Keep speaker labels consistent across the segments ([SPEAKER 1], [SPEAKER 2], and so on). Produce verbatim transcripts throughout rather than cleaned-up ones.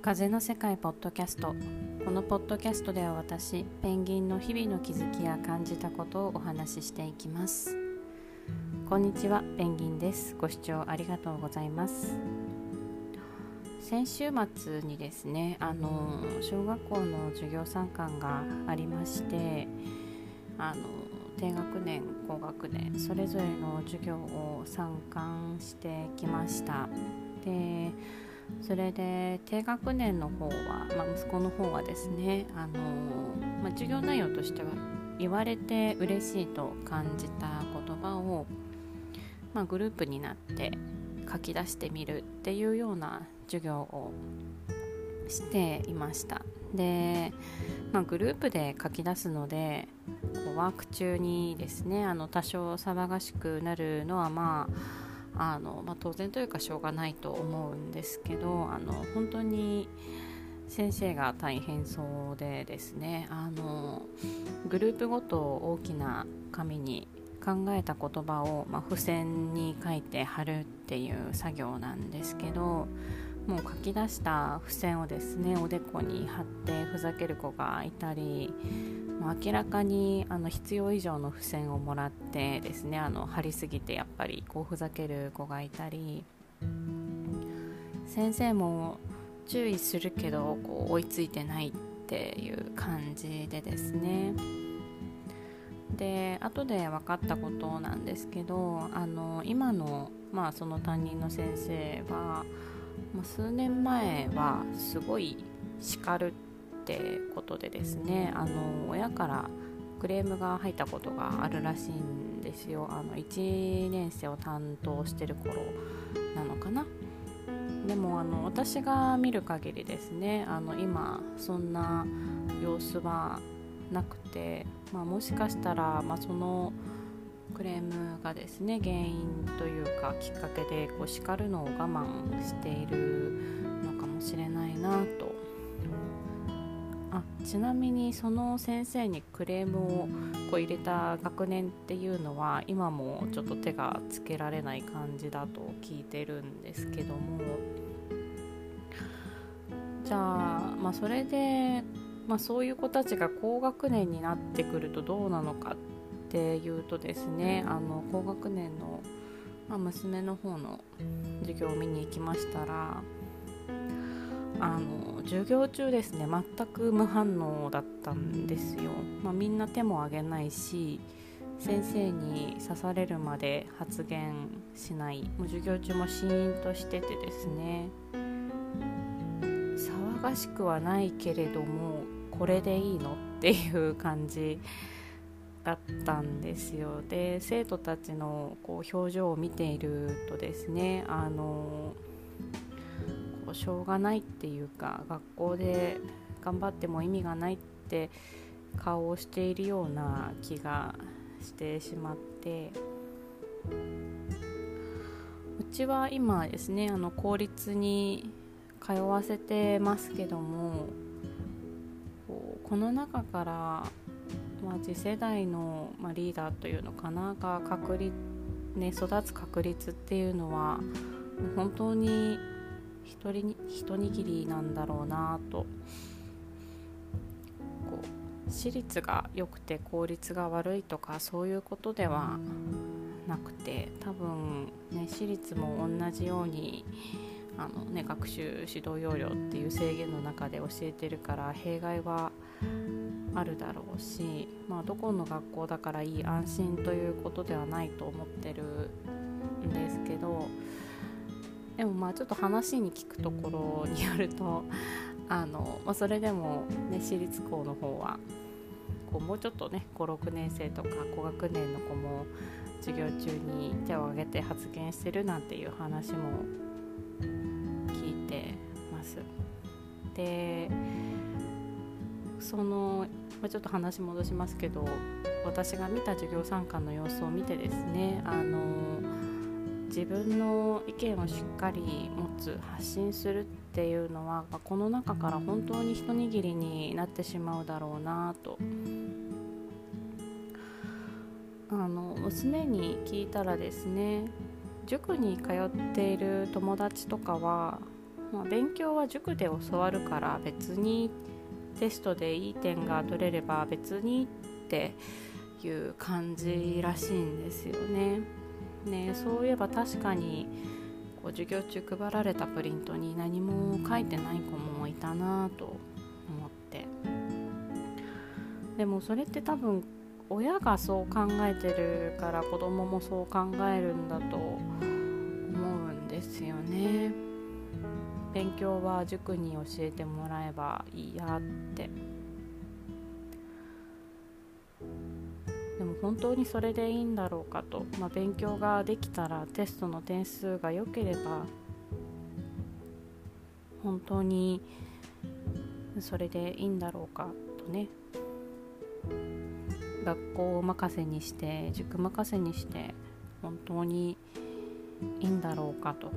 [SPEAKER 1] 風の世界ポッドキャスト。このポッドキャストでは私ペンギンの日々の気づきや感じたことをお話ししていきます。こんにちは、ペンギンです。ご視聴ありがとうございます。先週末にですね、あの小学校の授業参観がありまして、あの低学年高学年それぞれの授業を参観してきました。でそれで低学年の方は、まあ、息子の方はですね、あの、まあ、授業内容としては言われて嬉しいと感じた言葉を、まあ、グループになって書き出してみるっていうような授業をしていました。で、まあ、グループで書き出すのでこうワーク中にですね、あの多少騒がしくなるのはまああのまあ、当然というかしょうがないと思うんですけど、あの本当に先生が大変そうでですね、あのグループごと大きな紙に考えた言葉を、まあ、付箋に書いて貼るっていう作業なんですけど、もう書き出した付箋をですねおでこに貼ってふざける子がいたり、明らかにあの必要以上の付箋をもらってですね、あの貼りすぎてやっぱりこうふざける子がいたり、先生も注意するけどこう追いついてないっていう感じでですね。で後で分かったことなんですけど、あの今の、まあ、その担任の先生は、まあ、数年前はすごい叱るってことでですね、あの親からクレームが入ったことがあるらしいんですよ。あのいちねん生を担当してる頃なのかな。でもあの私が見る限りですね、あの今そんな様子はなくて、まあ、もしかしたら、まあ、そのクレームがですね原因というかきっかけでこう叱るのを我慢しているのかもしれないなと。あちなみにその先生にクレームをこう入れた学年っていうのは今もちょっと手がつけられない感じだと聞いてるんですけども、じゃあ、まあ、それで、まあ、そういう子たちが高学年になってくるとどうなのかっていうとですね、あの高学年の、まあ、娘の方の授業を見に行きましたら、あの授業中ですね全く無反応だったんですよ。まあ、みんな手も挙げないし先生に刺されるまで発言しない、もう授業中もシーンとしててですね、騒がしくはないけれどもこれでいいのっていう感じだったんですよ。で生徒たちのこう表情を見ているとですね、あのこうしょうがないっていうか学校で頑張っても意味がないって顔をしているような気がしてしまって、うちは今ですねあの公立に通わせてますけども、こうこの中から、まあ、次世代の、まあ、リーダーというのかなが確立、ね、育つ確率っていうのは本当に一人に一握りなんだろうなと。こう私立が良くて公立が悪いとかそういうことではなくて、多分、ね、私立も同じようにあの、ね、学習指導要領っていう制限の中で教えてるから弊害はあるだろうし、まあ、どこの学校だからいい安心ということではないと思ってるんですけど、でもまあちょっと話に聞くところによるとあの、まあ、それでも、ね、私立校の方はこうもうちょっとねご、ろくねん生とか高学年の子も授業中に手を挙げて発言してるなんていう話も聞いてます。でその、まあ、ちょっと話戻しますけど、私が見た授業参観の様子を見てですね、あの自分の意見をしっかり持つ発信するっていうのはこの中から本当に一握りになってしまうだろうなと。あの娘に聞いたらですね、塾に通っている友達とかはまあ、勉強は塾で教わるから別にテストでいい点が取れれば別にっていう感じらしいんですよね。ね、そういえば確かにこう授業中配られたプリントに何も書いてない子もいたなと思って、でもそれって多分親がそう考えてるから子供もそう考えるんだと思うんですよね。勉強は塾に教えてもらえばいいやって。でも本当にそれでいいんだろうかと、まあ、勉強ができたらテストの点数が良ければ本当にそれでいいんだろうかとね、学校任せにして塾任せにして本当にいいんだろうかと。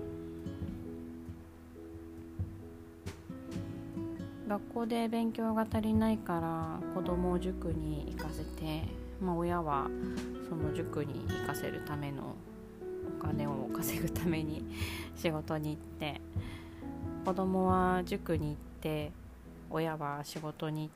[SPEAKER 1] 学校で勉強が足りないから子供を塾に行かせて、まあ、親はその塾に行かせるためのお金を稼ぐために仕事に行って、子供は塾に行って親は仕事に行って、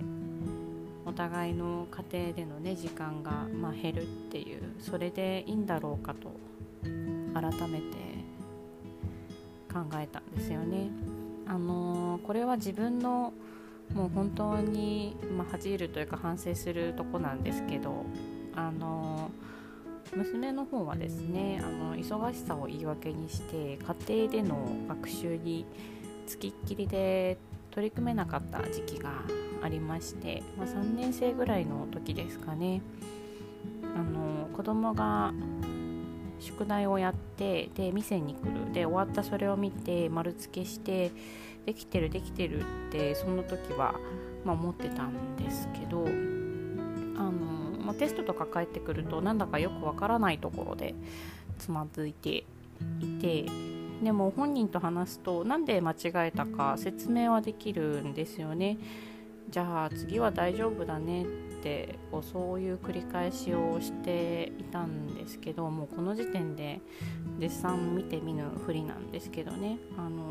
[SPEAKER 1] お互いの家庭でのね時間がまあ減るっていう、それでいいんだろうかと改めて考えたんですよね。あのー、これは自分のもう本当に、まあ、恥じるというか反省するとこなんですけど、あのー、娘の方はですね、あの忙しさを言い訳にして家庭での学習につきっきりで取り組めなかった時期がありまして、まあ、さんねん生ぐらいの時ですかね。あの子供が宿題をやってで店に来るで終わったそれを見て丸付けしてできてるできてるってその時は、まあ、思ってたんですけど、あの、まあ、テストとか返ってくるとなんだかよくわからないところでつまずいていて、でも本人と話すとなんで間違えたか説明はできるんですよね。じゃあ次は大丈夫だねってこうそういう繰り返しをしていたんですけど、もうこの時点で絶賛見て見ぬふりなんですけどね、あの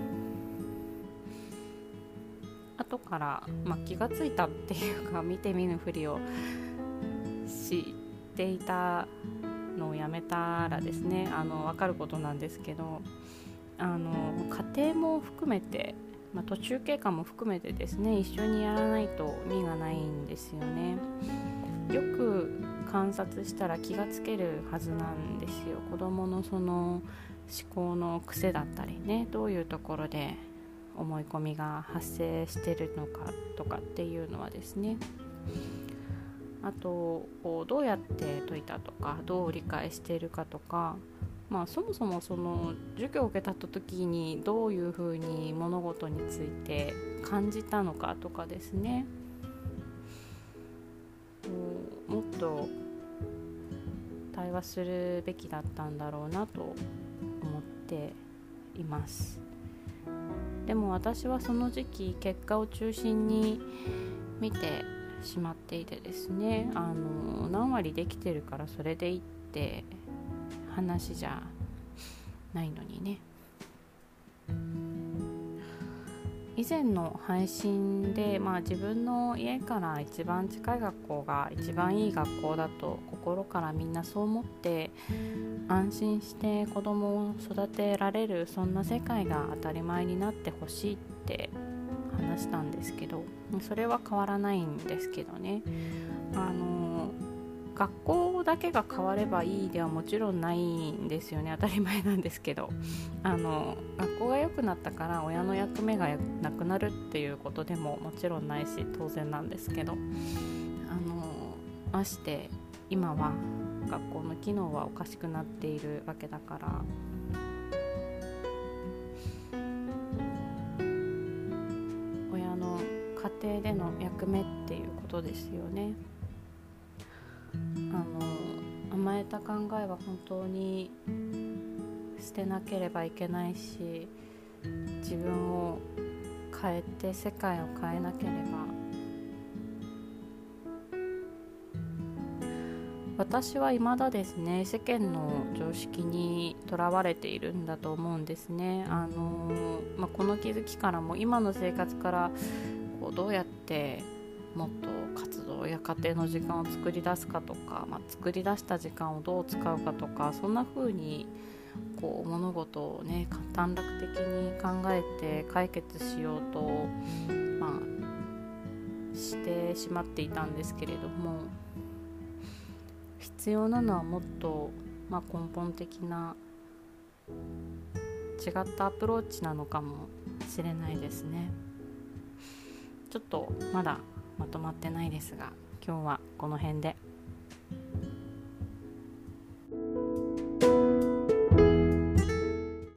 [SPEAKER 1] 後から、まあ、気がついたっていうか見て見ぬふりを知っていたのをやめたらですね、あの分かることなんですけど、あの家庭も含めて、まあ、途中経過も含めてですね、一緒にやらないと意味がないんですよね。よく観察したら気がつけるはずなんですよ。子どものその思考の癖だったりね、どういうところで思い込みが発生してるのかとかっていうのはですね、あとこうどうやって解いたとかどう理解しているかとか、まあ、そもそもその授業を受けた時にどういうふうに物事について感じたのかとかですね、もっと対話するべきだったんだろうなと思っています。でも私はその時期結果を中心に見てしまっていてですね、あの何割できてるからそれでいいって話じゃないのにね。以前の配信で、まあ、自分の家から一番近い学校が一番いい学校だと心からみんなそう思って安心して子供を育てられる、そんな世界が当たり前になってほしいって話したんですけど、それは変わらないんですけどね。あの学校だけが変わればいいではもちろんないんですよね。当たり前なんですけど、あの学校が良くなったから親の役目がなくなるっていうことでももちろんないし当然なんですけど、あのまして今は学校の機能はおかしくなっているわけだから、親の家庭での役目っていうことですよね。あの甘えた考えは本当に捨てなければいけないし、自分を変えて世界を変えなければ私は未だですね、世間の常識にとらわれているんだと思うんですね。あのーまあ、この気づきからも今の生活からこうどうやってもっと活動や家庭の時間を作り出すかとか、まあ、作り出した時間をどう使うかとか、そんな風にこう物事をね短絡的に考えて解決しようと、まあ、してしまっていたんですけれども、必要なのはもっと、まあ、根本的な違ったアプローチなのかもしれないですね。ちょっとまだまとまってないですが、今日はこの辺で。